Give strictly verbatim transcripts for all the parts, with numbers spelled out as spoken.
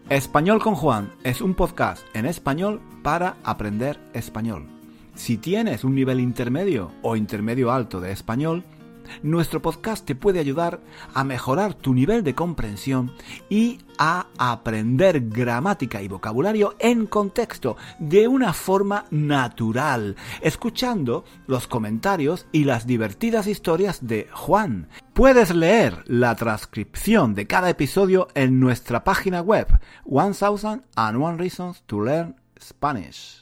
Español con Juan es un podcast en español para aprender español. Si tienes un nivel intermedio o intermedio alto de español, nuestro podcast te puede ayudar a mejorar tu nivel de comprensión y a aprender gramática y vocabulario en contexto de una forma natural, escuchando los comentarios y las divertidas historias de Juan. Puedes leer la transcripción de cada episodio en nuestra página web one thousand one reasons to learn Spanish.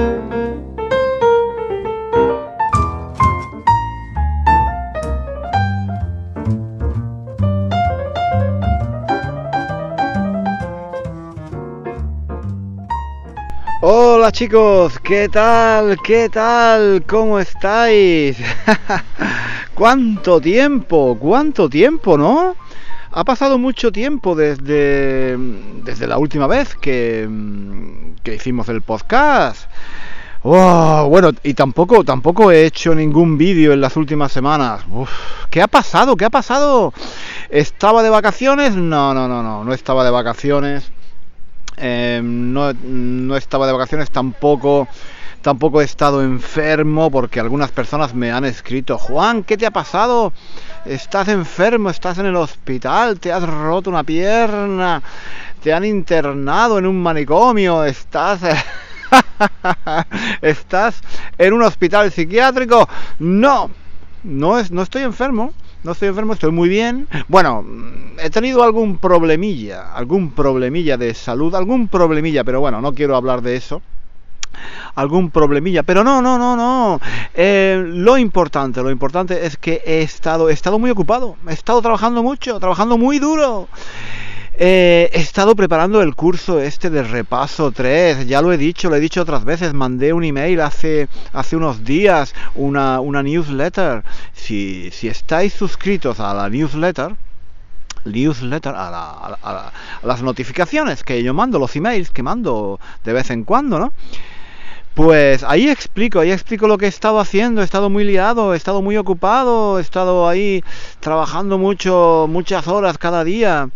Hola chicos, ¿qué tal? ¿Qué tal? ¿Cómo estáis? ¿Cuánto tiempo? ¿Cuánto tiempo, no? Ha pasado mucho tiempo desde, desde la última vez que, que hicimos el podcast. Oh, bueno, y tampoco, tampoco he hecho ningún vídeo en las últimas semanas. Uf, ¿qué ha pasado? ¿Qué ha pasado? ¿Estaba de vacaciones? No, no, no, no, no estaba de vacaciones. Eh, no, no estaba de vacaciones, tampoco tampoco he estado enfermo, porque algunas personas me han escrito: Juan, ¿qué te ha pasado? ¿Estás enfermo? ¿Estás en el hospital? ¿Te has roto una pierna? ¿Te han internado en un manicomio? ¿Estás estás en un hospital psiquiátrico? No, no es, no estoy enfermo. No estoy enfermo, estoy muy bien. Bueno, he tenido algún problemilla, algún problemilla de salud, algún problemilla, pero bueno, no quiero hablar de eso. Algún problemilla, pero no, no, no, no. Eh, lo importante, lo importante es que he estado, he estado muy ocupado, he estado trabajando mucho, trabajando muy duro. Eh, he estado preparando el curso este de repaso tres, ya lo he dicho, lo he dicho otras veces, mandé un email hace, hace unos días, una, una newsletter. Si, si estáis suscritos a la newsletter, newsletter a, la, a, la, a las notificaciones que yo mando, los emails que mando de vez en cuando, ¿no? Pues ahí explico, ahí explico lo que he estado haciendo. He estado muy liado, he estado muy ocupado, he estado ahí trabajando mucho, muchas horas cada día.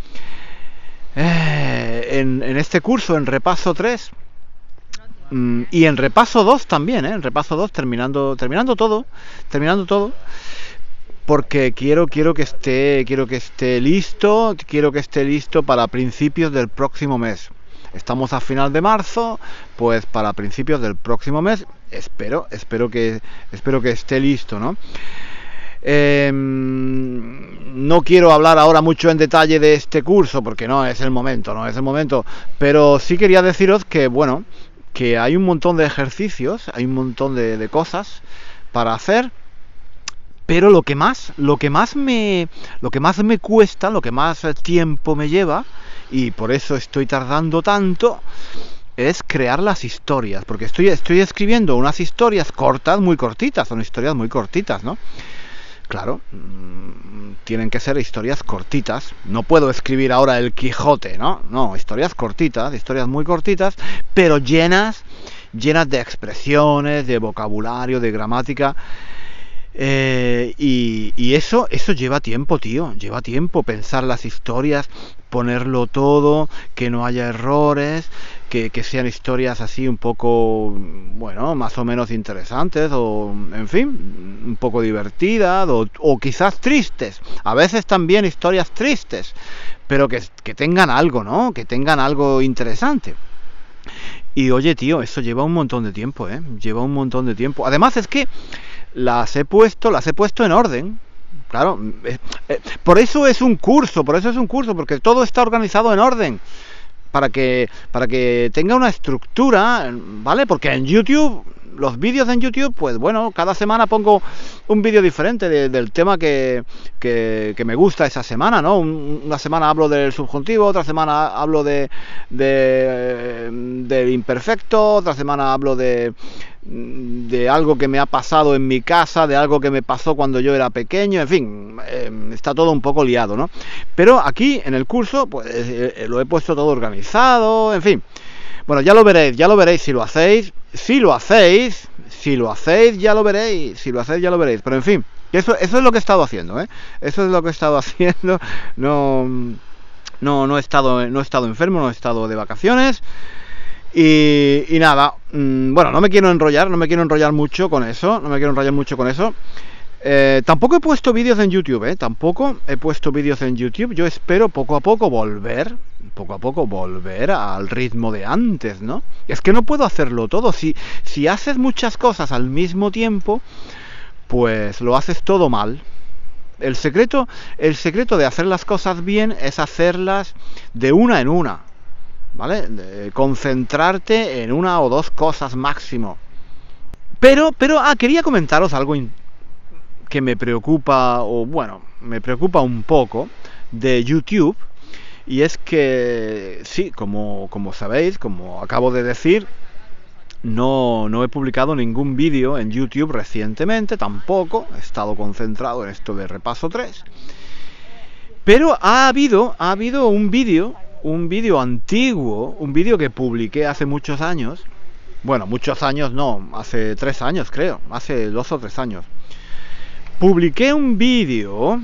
Eh, en, en este curso, en repaso tres, mm, y en repaso dos también, ¿eh? En repaso dos, terminando, terminando todo, terminando todo, porque quiero, quiero que esté, quiero que esté listo, quiero que esté listo para principios del próximo mes. Estamos a final de marzo, pues para principios del próximo mes, espero, espero que, espero que esté listo, ¿no? Eh, no quiero hablar ahora mucho en detalle de este curso, porque no es el momento, no es el momento, pero sí quería deciros que, bueno, que hay un montón de ejercicios, hay un montón de, de cosas para hacer, pero lo que más, lo que más me, lo que más me cuesta, lo que más tiempo me lleva, y por eso estoy tardando tanto, es crear las historias, porque estoy, estoy escribiendo unas historias cortas, muy cortitas, son historias muy cortitas, ¿no? Claro, mmm, tienen que ser historias cortitas. No puedo escribir ahora el Quijote, ¿no? No, historias cortitas, historias muy cortitas, pero llenas, llenas de expresiones, de vocabulario, de gramática. Eh, y, y eso, eso lleva tiempo, tío. Lleva tiempo pensar las historias, ponerlo todo, que no haya errores, que, que sean historias así un poco, bueno, más o menos interesantes, o en fin, un poco divertidas, o, o quizás tristes. A veces también historias tristes, pero que, que tengan algo, ¿no? Que tengan algo interesante. Y oye, tío, eso lleva un montón de tiempo, ¿eh? Lleva un montón de tiempo. Además es que las he puesto, las he puesto en orden. Claro, eh, eh, por eso es un curso, por eso es un curso, porque todo está organizado en orden, para que para que tenga una estructura, ¿vale? Porque en YouTube, los vídeos en YouTube, pues bueno, cada semana pongo un vídeo diferente de, del tema que, que, que me gusta esa semana, ¿no? Un, una semana hablo del subjuntivo, otra semana hablo de, de del imperfecto, otra semana hablo de de algo que me ha pasado en mi casa, de algo que me pasó cuando yo era pequeño, en fin, eh, está todo un poco liado, ¿no? Pero aquí en el curso, pues eh, lo he puesto todo organizado, en fin. Bueno, ya lo veréis, ya lo veréis si lo hacéis, si lo hacéis, si lo hacéis, ya lo veréis, si lo hacéis, ya lo veréis, pero en fin, eso, eso es lo que he estado haciendo, ¿eh? Eso es lo que he estado haciendo, no... No, no he estado, no he estado enfermo, no he estado de vacaciones. Y, y nada, mmm, bueno, no me quiero enrollar, no me quiero enrollar mucho con eso, no me quiero enrollar mucho con eso. Eh, tampoco he puesto vídeos en YouTube, ¿eh? Tampoco he puesto vídeos en YouTube. Yo espero poco a poco volver, poco a poco volver al ritmo de antes, ¿no? Es que no puedo hacerlo todo. Si, si haces muchas cosas al mismo tiempo, pues lo haces todo mal. El secreto, el secreto de hacer las cosas bien es hacerlas de una en una, ¿vale? De concentrarte en una o dos cosas máximo. Pero, pero, ah, quería comentaros algo importante que me preocupa, o bueno, me preocupa un poco de YouTube, y es que, sí, como, como sabéis, como acabo de decir, no, no he publicado ningún vídeo en YouTube recientemente, tampoco, he estado concentrado en esto de Repaso tres, pero ha habido, ha habido un vídeo, un vídeo antiguo, un vídeo que publiqué hace muchos años, bueno, muchos años no, hace tres años creo, hace dos o tres años, publiqué un vídeo,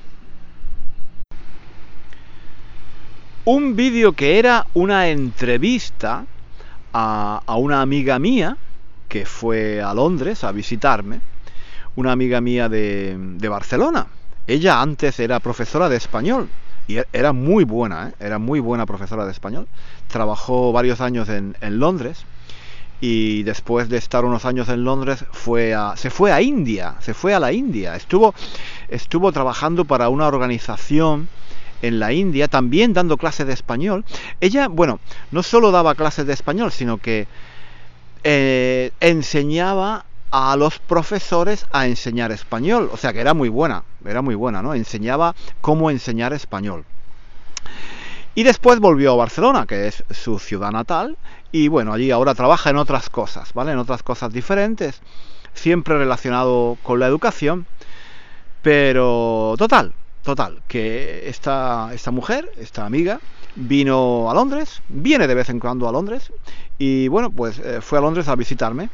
un vídeo que era una entrevista a, a una amiga mía que fue a Londres a visitarme, una amiga mía de, de Barcelona. Ella antes era profesora de español y era muy buena, ¿eh? Era muy buena profesora de español. Trabajó varios años en, en Londres. Y después de estar unos años en Londres fue a, se fue a India, se fue a la India, estuvo, estuvo trabajando para una organización en la India, también dando clases de español. Ella, bueno, no solo daba clases de español, sino que eh, enseñaba a los profesores a enseñar español, o sea que era muy buena, era muy buena, ¿no? Enseñaba cómo enseñar español. Y después volvió a Barcelona, que es su ciudad natal, y bueno, allí ahora trabaja en otras cosas, ¿vale? En otras cosas diferentes, siempre relacionado con la educación, pero total, total, que esta, esta mujer, esta amiga, vino a Londres, viene de vez en cuando a Londres, y bueno, pues eh, fue a Londres a visitarme.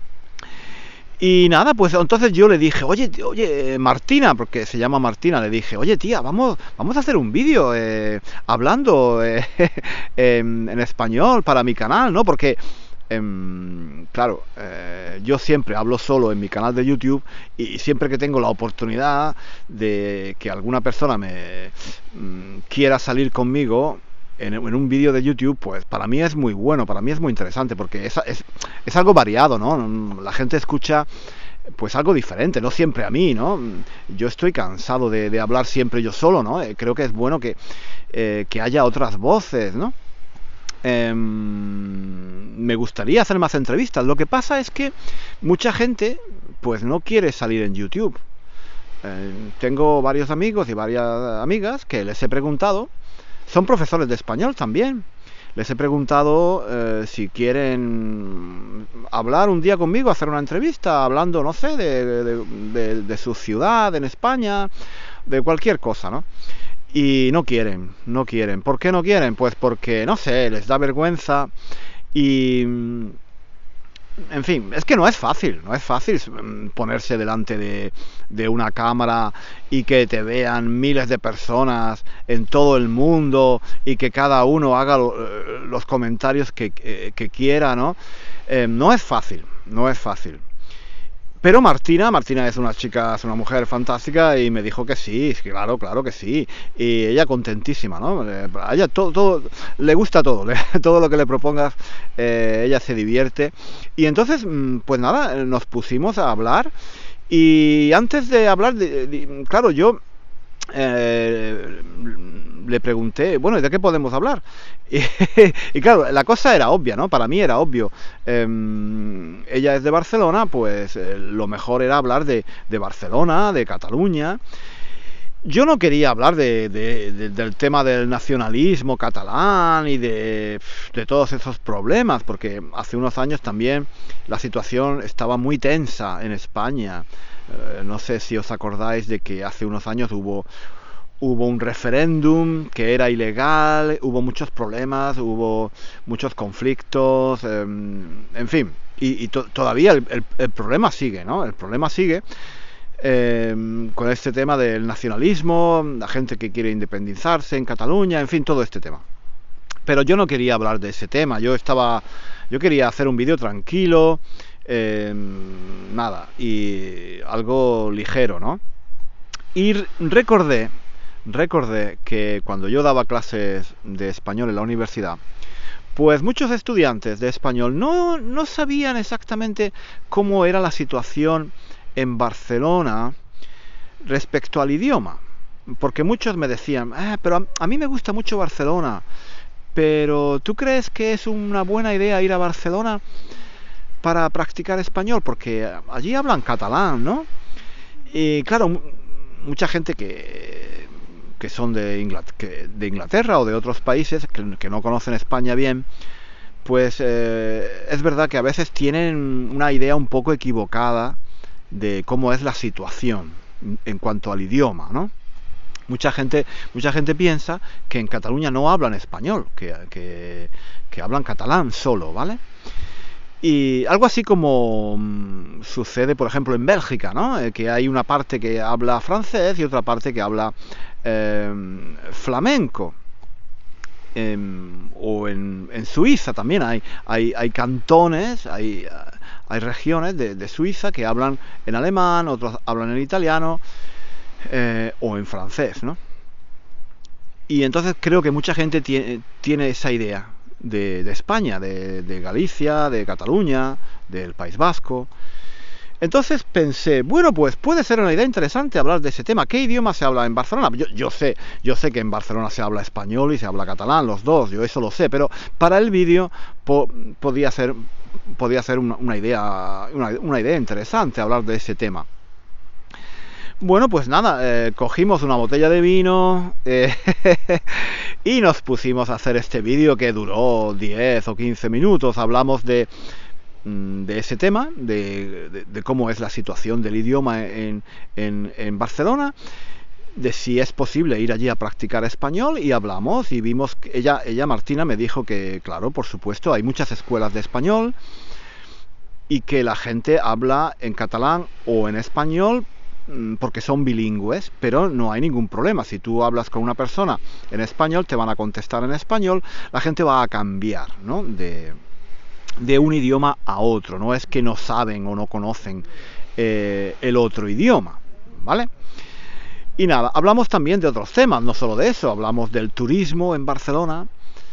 Y nada, pues entonces yo le dije, oye, oye, Martina, porque se llama Martina, le dije, oye, tía, vamos, vamos a hacer un vídeo eh, hablando eh, en, en español para mi canal, ¿no? Porque, eh, claro, eh, yo siempre hablo solo en mi canal de YouTube y siempre que tengo la oportunidad de que alguna persona me mm, quiera salir conmigo en, en un vídeo de YouTube, pues para mí es muy bueno, para mí es muy interesante, porque es, es, es algo variado, ¿no? La gente escucha pues algo diferente, no siempre a mí, ¿no? Yo estoy cansado de, de hablar siempre yo solo, ¿no? Creo que es bueno que, eh, que haya otras voces, ¿no? Eh, me gustaría hacer más entrevistas. Lo que pasa es que mucha gente pues no quiere salir en YouTube. Eh, tengo varios amigos y varias amigas que les he preguntado. Son profesores de español también. Les he preguntado eh, si quieren hablar un día conmigo, hacer una entrevista, hablando, no sé, de, de, de, de su ciudad en España, de cualquier cosa, ¿no? Y no quieren, no quieren. ¿Por qué no quieren? Pues porque, no sé, les da vergüenza y... En fin, es que no es fácil, no es fácil ponerse delante de, de una cámara y que te vean miles de personas en todo el mundo y que cada uno haga lo, los comentarios que, que, que quiera, ¿no? Eh, no es fácil, no es fácil. Pero Martina, Martina es una chica, es una mujer fantástica y me dijo que sí, claro, claro que sí. Y ella contentísima, ¿no? A ella todo, todo le gusta todo, le, todo lo que le propongas, eh, ella se divierte. Y entonces, pues nada, nos pusimos a hablar. Y antes de hablar, de, de, claro, yo eh, le pregunté, bueno, ¿y de qué podemos hablar? Y, y claro, la cosa era obvia, ¿no? Para mí era obvio. Eh, ella es de Barcelona, pues eh, lo mejor era hablar de, de Barcelona, de Cataluña. Yo no quería hablar de, de, de, del tema del nacionalismo catalán y de, de todos esos problemas, porque hace unos años también la situación estaba muy tensa en España. Eh, no sé si os acordáis de que hace unos años hubo... Hubo un referéndum que era ilegal, hubo muchos problemas, hubo muchos conflictos, eh, en fin, y, y to todavía el, el, el problema sigue, ¿no? El problema sigue. eh, con este tema del nacionalismo, la gente que quiere independizarse en Cataluña, en fin, todo este tema. Pero yo no quería hablar de ese tema, yo estaba, yo quería hacer un vídeo tranquilo, eh, nada, y algo ligero, ¿no? Y recordé, recordé que cuando yo daba clases de español en la universidad, pues muchos estudiantes de español no, no sabían exactamente cómo era la situación en Barcelona respecto al idioma. Porque muchos me decían, ah, pero a, a mí me gusta mucho Barcelona, pero ¿tú crees que es una buena idea ir a Barcelona para practicar español? Porque allí hablan catalán, ¿no? Y claro, mucha gente que, que son de Inglaterra, que, de Inglaterra o de otros países que, que no conocen España bien, pues eh, es verdad que a veces tienen una idea un poco equivocada de cómo es la situación en cuanto al idioma, ¿no? Mucha gente, mucha gente piensa que en Cataluña no hablan español, que, que, que hablan catalán solo, ¿vale? Y algo así como mmm, sucede, por ejemplo, en Bélgica, ¿no? Eh, que hay una parte que habla francés y otra parte que habla eh, flamenco. Eh, o en, en Suiza también hay, hay, hay cantones, hay, hay regiones de, de Suiza que hablan en alemán, otros hablan en italiano. Eh, o en francés, ¿no? Y entonces creo que mucha gente tiene, tiene esa idea de, de España, de, de Galicia, de Cataluña, del País Vasco. Entonces pensé, bueno, pues puede ser una idea interesante hablar de ese tema. ¿Qué idioma se habla en Barcelona? Yo, yo sé, yo sé que en Barcelona se habla español y se habla catalán, los dos, yo eso lo sé, pero para el vídeo po, podía ser, podía ser una, una idea, una, una idea interesante hablar de ese tema. Bueno, pues nada, eh, cogimos una botella de vino eh, y nos pusimos a hacer este vídeo que duró diez o quince minutos. Hablamos de, de ese tema, de, de, de cómo es la situación del idioma en, en, en Barcelona, de si es posible ir allí a practicar español, y hablamos y vimos que ella, ella Martina me dijo que, claro, por supuesto, hay muchas escuelas de español y que la gente habla en catalán o en español porque son bilingües, pero no hay ningún problema. Si tú hablas con una persona en español, te van a contestar en español, la gente va a cambiar, ¿no? de, de un idioma a otro, no es que no saben o no conocen eh, el otro idioma, ¿vale? Y nada, hablamos también de otros temas, no solo de eso, hablamos del turismo en Barcelona,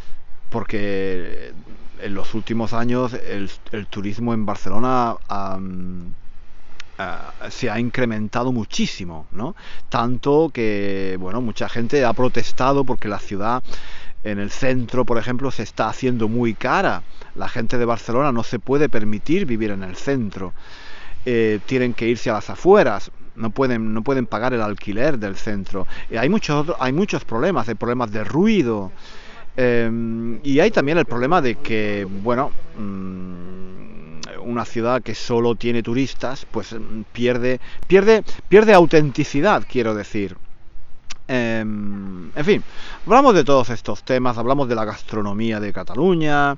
porque en los últimos años el, el turismo en Barcelona um, Uh, se ha incrementado muchísimo, ¿no? Tanto que, bueno, mucha gente ha protestado porque la ciudad en el centro, por ejemplo, se está haciendo muy cara. La gente de Barcelona no se puede permitir vivir en el centro. Eh, tienen que irse a las afueras. No pueden, no pueden pagar el alquiler del centro. Eh, hay muchos, hay muchos problemas, hay problemas de ruido. Eh, y hay también el problema de que, bueno, mmm, una ciudad que solo tiene turistas, pues pierde, pierde, pierde autenticidad, quiero decir. Eh, en fin, hablamos de todos estos temas, hablamos de la gastronomía de Cataluña,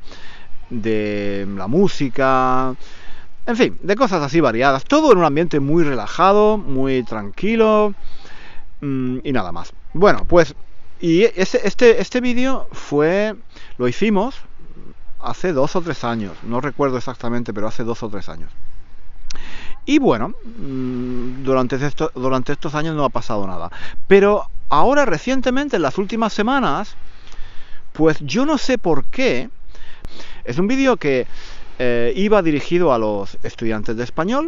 de la música, en fin, de cosas así variadas, todo en un ambiente muy relajado, muy tranquilo, mmm, y nada más. Bueno, pues, y este, este, este vídeo fue, lo hicimos hace dos o tres años, no recuerdo exactamente, pero hace dos o tres años. Y bueno, durante, esto, durante estos años no ha pasado nada. Pero ahora, recientemente, en las últimas semanas, pues yo no sé por qué, es un vídeo que eh, iba dirigido a los estudiantes de español,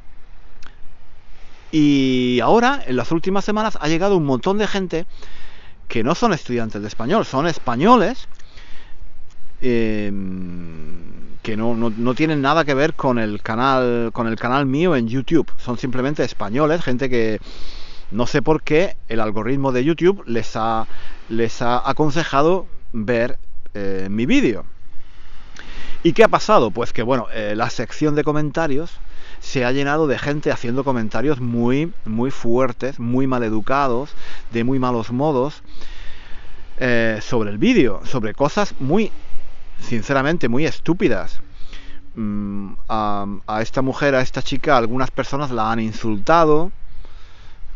y ahora, en las últimas semanas, ha llegado un montón de gente que no son estudiantes de español, son españoles, Eh, que no, no, no tienen nada que ver con el canal con el canal mío en YouTube. Son simplemente españoles, gente que no sé por qué el algoritmo de YouTube les ha, les ha aconsejado ver eh, mi vídeo. ¿Y qué ha pasado? Pues que bueno, eh, la sección de comentarios se ha llenado de gente haciendo comentarios muy, muy fuertes, muy maleducados, de muy malos modos, eh, sobre el vídeo, sobre cosas muy, sinceramente, muy estúpidas. Mm, a, a esta mujer, a esta chica, algunas personas la han insultado,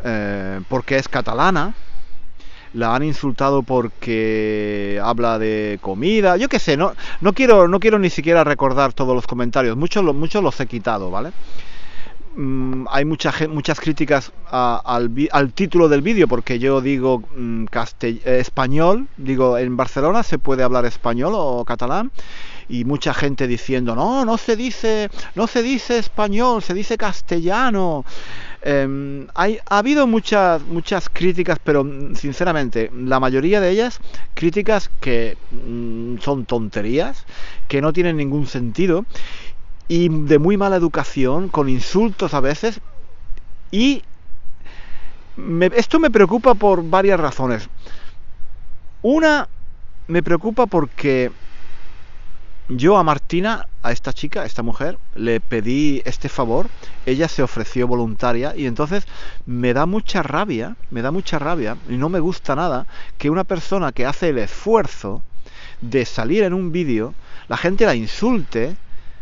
eh, porque es catalana, la han insultado porque habla de comida, yo qué sé, no, no quiero, no quiero ni siquiera recordar todos los comentarios, muchos, muchos los he quitado, ¿vale? Mm, hay mucha, muchas críticas a, al, al título del vídeo, porque yo digo mm, castell eh, español, digo en Barcelona se puede hablar español o catalán, y mucha gente diciendo no, no se dice, no se dice español, se dice castellano. Eh, hay, ha habido muchas, muchas críticas, pero sinceramente la mayoría de ellas críticas que mm, son tonterías, que no tienen ningún sentido y de muy mala educación, con insultos a veces, y me, esto me preocupa por varias razones. Una, me preocupa porque yo a Martina, a esta chica, a esta mujer, le pedí este favor, ella se ofreció voluntaria, y entonces me da mucha rabia, me da mucha rabia, y no me gusta nada, que una persona que hace el esfuerzo de salir en un vídeo, la gente la insulte,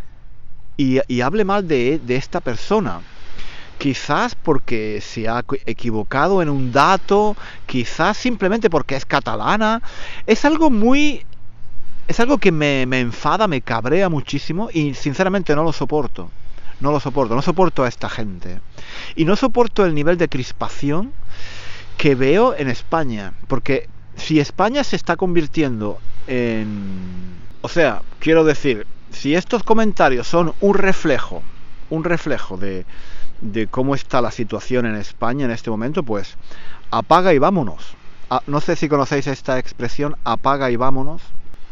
Y, y hable mal de, de esta persona, quizás porque se ha equivocado en un dato, quizás simplemente porque es catalana. Es algo muy, es algo que me, me enfada, me cabrea muchísimo, y sinceramente no lo soporto, no lo soporto, no soporto a esta gente, y no soporto el nivel de crispación que veo en España, porque si España se está convirtiendo en, o sea, quiero decir, si estos comentarios son un reflejo, un reflejo de, de cómo está la situación en España en este momento, pues apaga y vámonos. Ah, no sé si conocéis esta expresión, apaga y vámonos.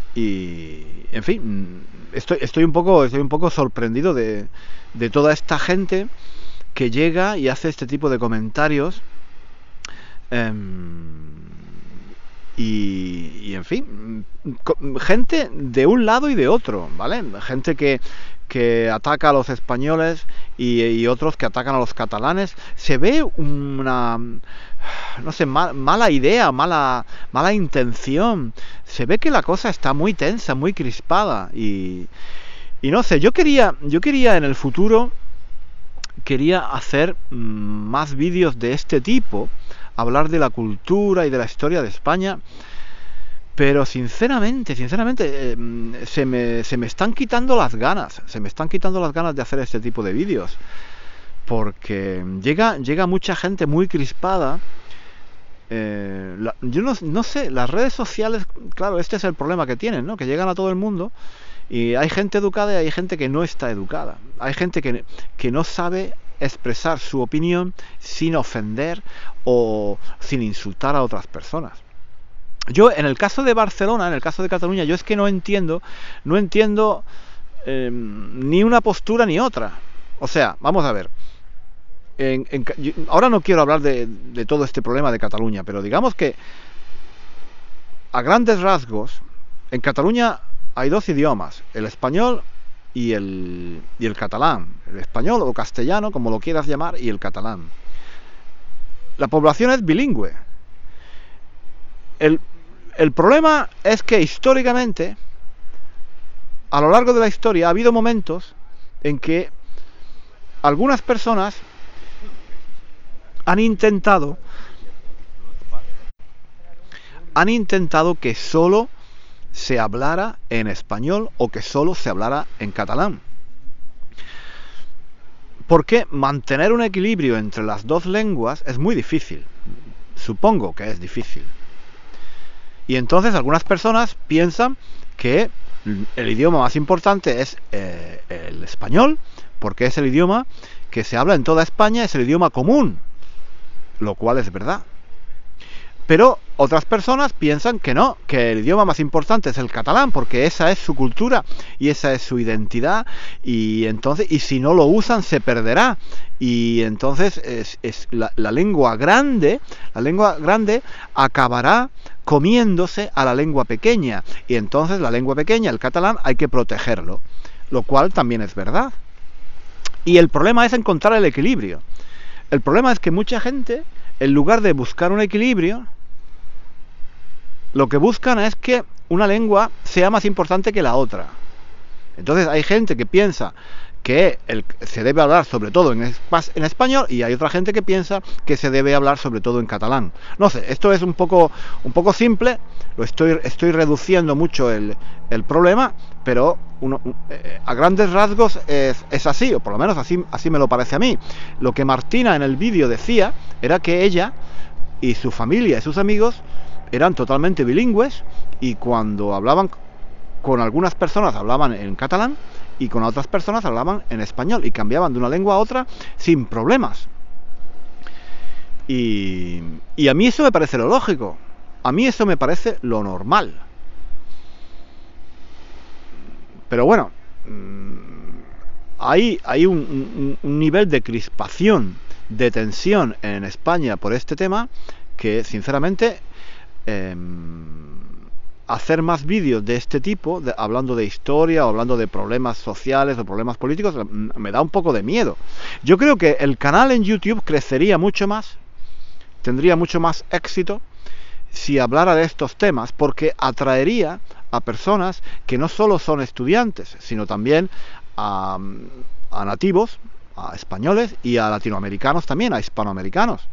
Y, en fin, estoy, estoy un poco, estoy un poco sorprendido de, de toda esta gente que llega y hace este tipo de comentarios. Eh, Y, y en fin, gente de un lado y de otro, ¿vale? Gente que, que ataca a los españoles y, y otros que atacan a los catalanes. Se ve una, no sé, mal, mala idea, mala, mala intención. Se ve que la cosa está muy tensa, muy crispada. Y, y no sé, yo quería, yo quería en el futuro, quería hacer más vídeos de este tipo, hablar de la cultura y de la historia de España, pero sinceramente, sinceramente, eh, se, me, se me están quitando las ganas, se me están quitando las ganas de hacer este tipo de vídeos, porque llega, llega mucha gente muy crispada. Eh, la, yo no, no sé, las redes sociales, claro, este es el problema que tienen, ¿no? Que llegan a todo el mundo, y hay gente educada y hay gente que no está educada, hay gente que, que no sabe expresar su opinión sin ofender o sin insultar a otras personas. Yo, en el caso de Barcelona, en el caso de Cataluña, yo es que no entiendo, no entiendo eh, ni una postura ni otra. O sea, vamos a ver. En, en, yo, ahora no quiero hablar de, de todo este problema de Cataluña, pero digamos que a grandes rasgos, en Cataluña hay dos idiomas, el español y el, y el catalán, el español o castellano, como lo quieras llamar, y el catalán. La población es bilingüe. El, el problema es que históricamente, a lo largo de la historia, ha habido momentos en que algunas personas han intentado han intentado que solo se hablara en español o que solo se hablara en catalán. Porque mantener un equilibrio entre las dos lenguas es muy difícil. Supongo que es difícil. Y entonces algunas personas piensan que el idioma más importante es eh, el español, porque es el idioma que se habla en toda España, es el idioma común, lo cual es verdad. Pero otras personas piensan que no, que el idioma más importante es el catalán, porque esa es su cultura y esa es su identidad, y entonces, y si no lo usan se perderá, y entonces es, es la, la lengua grande, la lengua grande acabará comiéndose a la lengua pequeña, y entonces la lengua pequeña, el catalán, hay que protegerlo, lo cual también es verdad. Y el problema es encontrar el equilibrio. El problema es que mucha gente, en lugar de buscar un equilibrio, lo que buscan es que una lengua sea más importante que la otra. Entonces hay gente que piensa que el, se debe hablar sobre todo en, en español, y hay otra gente que piensa que se debe hablar sobre todo en catalán. No sé, esto es un poco, un poco simple, lo estoy, estoy reduciendo mucho el, el problema, pero uno, eh, a grandes rasgos es, es así, o por lo menos así, así me lo parece a mí. Lo que Martina en el vídeo decía era que ella y su familia y sus amigos eran totalmente bilingües, y cuando hablaban con algunas personas hablaban en catalán y con otras personas hablaban en español, y cambiaban de una lengua a otra sin problemas. Y, y a mí eso me parece lo lógico, a mí eso me parece lo normal. Pero bueno, hay, hay un, un, un nivel de crispación, de tensión en España por este tema, que sinceramente eh, hacer más vídeos de este tipo, de, hablando de historia o hablando de problemas sociales o problemas políticos, me da un poco de miedo. Yo creo que el canal en YouTube crecería mucho más, tendría mucho más éxito si hablara de estos temas, porque atraería a personas que no solo son estudiantes, sino también a, a nativos, a españoles y a latinoamericanos también, a hispanoamericanos.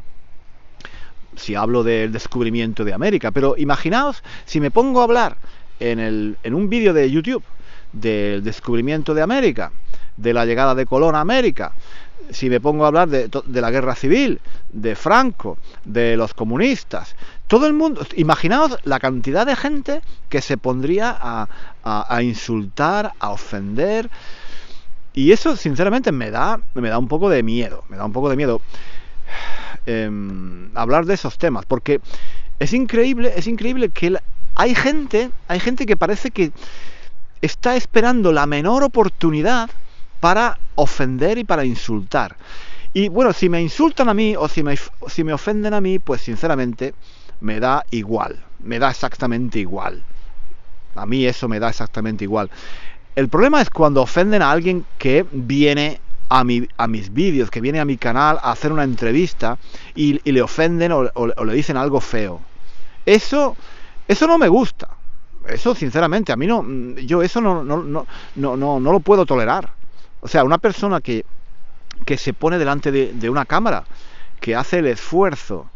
Si hablo del descubrimiento de América, pero imaginaos si me pongo a hablar en, el, en un vídeo de YouTube del descubrimiento de América, de la llegada de Colón a América, si me pongo a hablar de, de la guerra civil, de Franco, de los comunistas, todo el mundo, imaginaos la cantidad de gente que se pondría a, a, a insultar, a ofender, y eso sinceramente me da, me da un poco de miedo, me da un poco de miedo. Eh, hablar de esos temas, porque es increíble, es increíble que la, hay gente, hay gente que parece que está esperando la menor oportunidad para ofender y para insultar. Y bueno, si me insultan a mí o si me, si me ofenden a mí, pues sinceramente me da igual, me da exactamente igual. A mí eso me da exactamente igual. El problema es cuando ofenden a alguien que viene A, mi, a mis vídeos, que viene a mi canal a hacer una entrevista y, y le ofenden o, o, o le dicen algo feo. Eso, eso no me gusta. Eso, sinceramente, a mí no, yo eso no, no, no, no, no, no lo puedo tolerar. O sea, una persona que, que se pone delante de, de una cámara, que hace el esfuerzo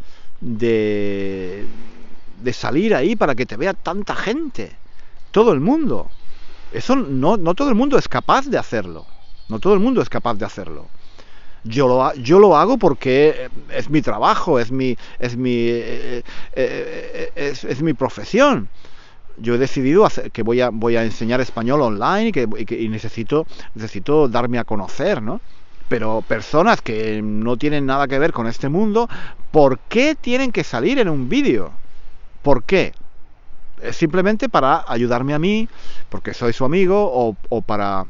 de, de salir ahí para que te vea tanta gente, todo el mundo. Eso no, no todo el mundo es capaz de hacerlo. No todo el mundo es capaz de hacerlo. Yo lo, yo lo hago porque es mi trabajo, es mi, es mi, eh, eh, es, es mi profesión. Yo he decidido hacer, que voy a, voy a enseñar español online y, que, y, que, y necesito, necesito darme a conocer, ¿no? Pero personas que no tienen nada que ver con este mundo, ¿por qué tienen que salir en un vídeo? ¿Por qué? Es simplemente para ayudarme a mí, porque soy su amigo, o, o para...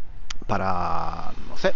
para, no sé,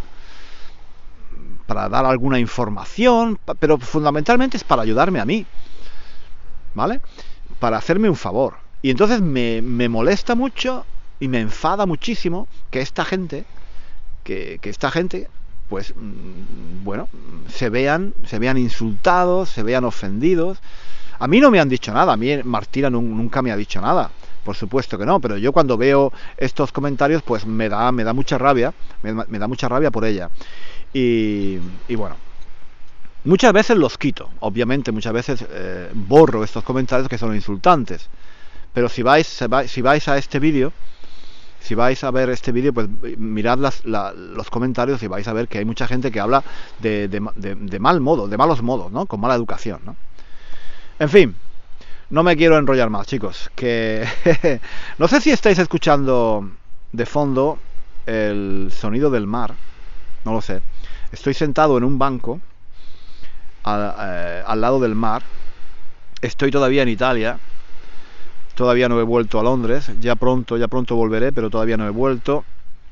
para dar alguna información, pero fundamentalmente es para ayudarme a mí, ¿vale? Para hacerme un favor. Y entonces me, me molesta mucho y me enfada muchísimo que esta gente, que, que esta gente, pues, bueno, se vean, se vean insultados, se vean ofendidos. A mí no me han dicho nada, a mí Martina nunca me ha dicho nada. Por supuesto que no, pero yo cuando veo estos comentarios, pues me da, me da mucha rabia, me, me da mucha rabia por ella. Y, y bueno, muchas veces los quito, obviamente, muchas veces eh, borro estos comentarios que son insultantes. Pero si vais, si vais a este vídeo, si vais a ver este vídeo, pues mirad las, la, los comentarios y vais a ver que hay mucha gente que habla de, de, de, de mal modo, de malos modos, ¿no? Con mala educación, ¿no? En fin. No me quiero enrollar más, chicos, que no sé si estáis escuchando de fondo el sonido del mar, no lo sé. Estoy sentado en un banco a, eh, al lado del mar. Estoy todavía en Italia, todavía no he vuelto a Londres, ya pronto, ya pronto volveré, pero todavía no he vuelto.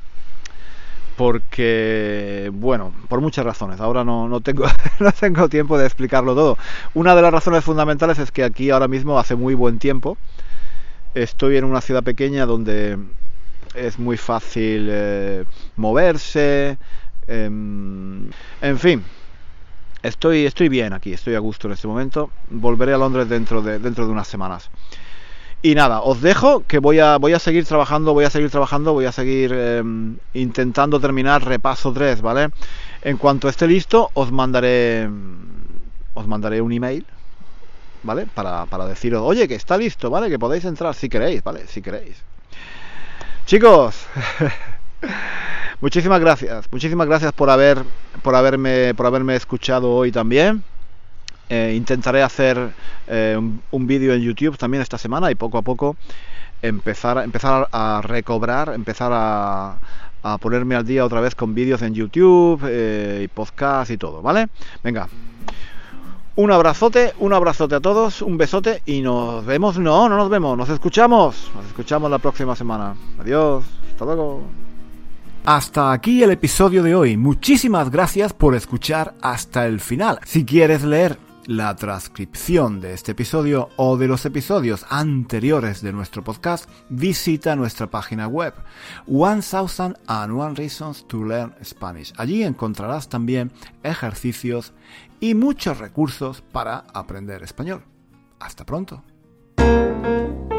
Porque, bueno, por muchas razones, ahora no, no, tengo, no tengo tiempo de explicarlo todo. Una de las razones fundamentales es que aquí ahora mismo hace muy buen tiempo. Estoy en una ciudad pequeña donde es muy fácil eh, moverse, eh, en fin, estoy, estoy bien aquí, estoy a gusto en este momento. Volveré a Londres dentro de, dentro de unas semanas. Y nada, os dejo, que voy a voy a seguir trabajando, voy a seguir trabajando, voy a seguir eh, intentando terminar repaso tres, ¿vale? En cuanto esté listo, os mandaré os mandaré un email, ¿vale? Para, para deciros, oye, que está listo, ¿vale? Que podéis entrar si queréis, ¿vale? Si queréis. Chicos, muchísimas gracias, muchísimas gracias por haber por haberme por haberme escuchado hoy también. Eh, intentaré hacer eh, un, un vídeo en YouTube también esta semana y poco a poco empezar, empezar a recobrar, empezar a, a ponerme al día otra vez con vídeos en YouTube eh, y podcast y todo, ¿vale? Venga, un abrazote, un abrazote a todos, un besote y nos vemos, no, no nos vemos, nos escuchamos, nos escuchamos la próxima semana. Adiós, hasta luego. Hasta aquí el episodio de hoy. Muchísimas gracias por escuchar hasta el final. Si quieres leer la transcripción de este episodio o de los episodios anteriores de nuestro podcast, visita nuestra página web one thousand and one reasons to learn Spanish. Allí encontrarás también ejercicios y muchos recursos para aprender español. Hasta pronto.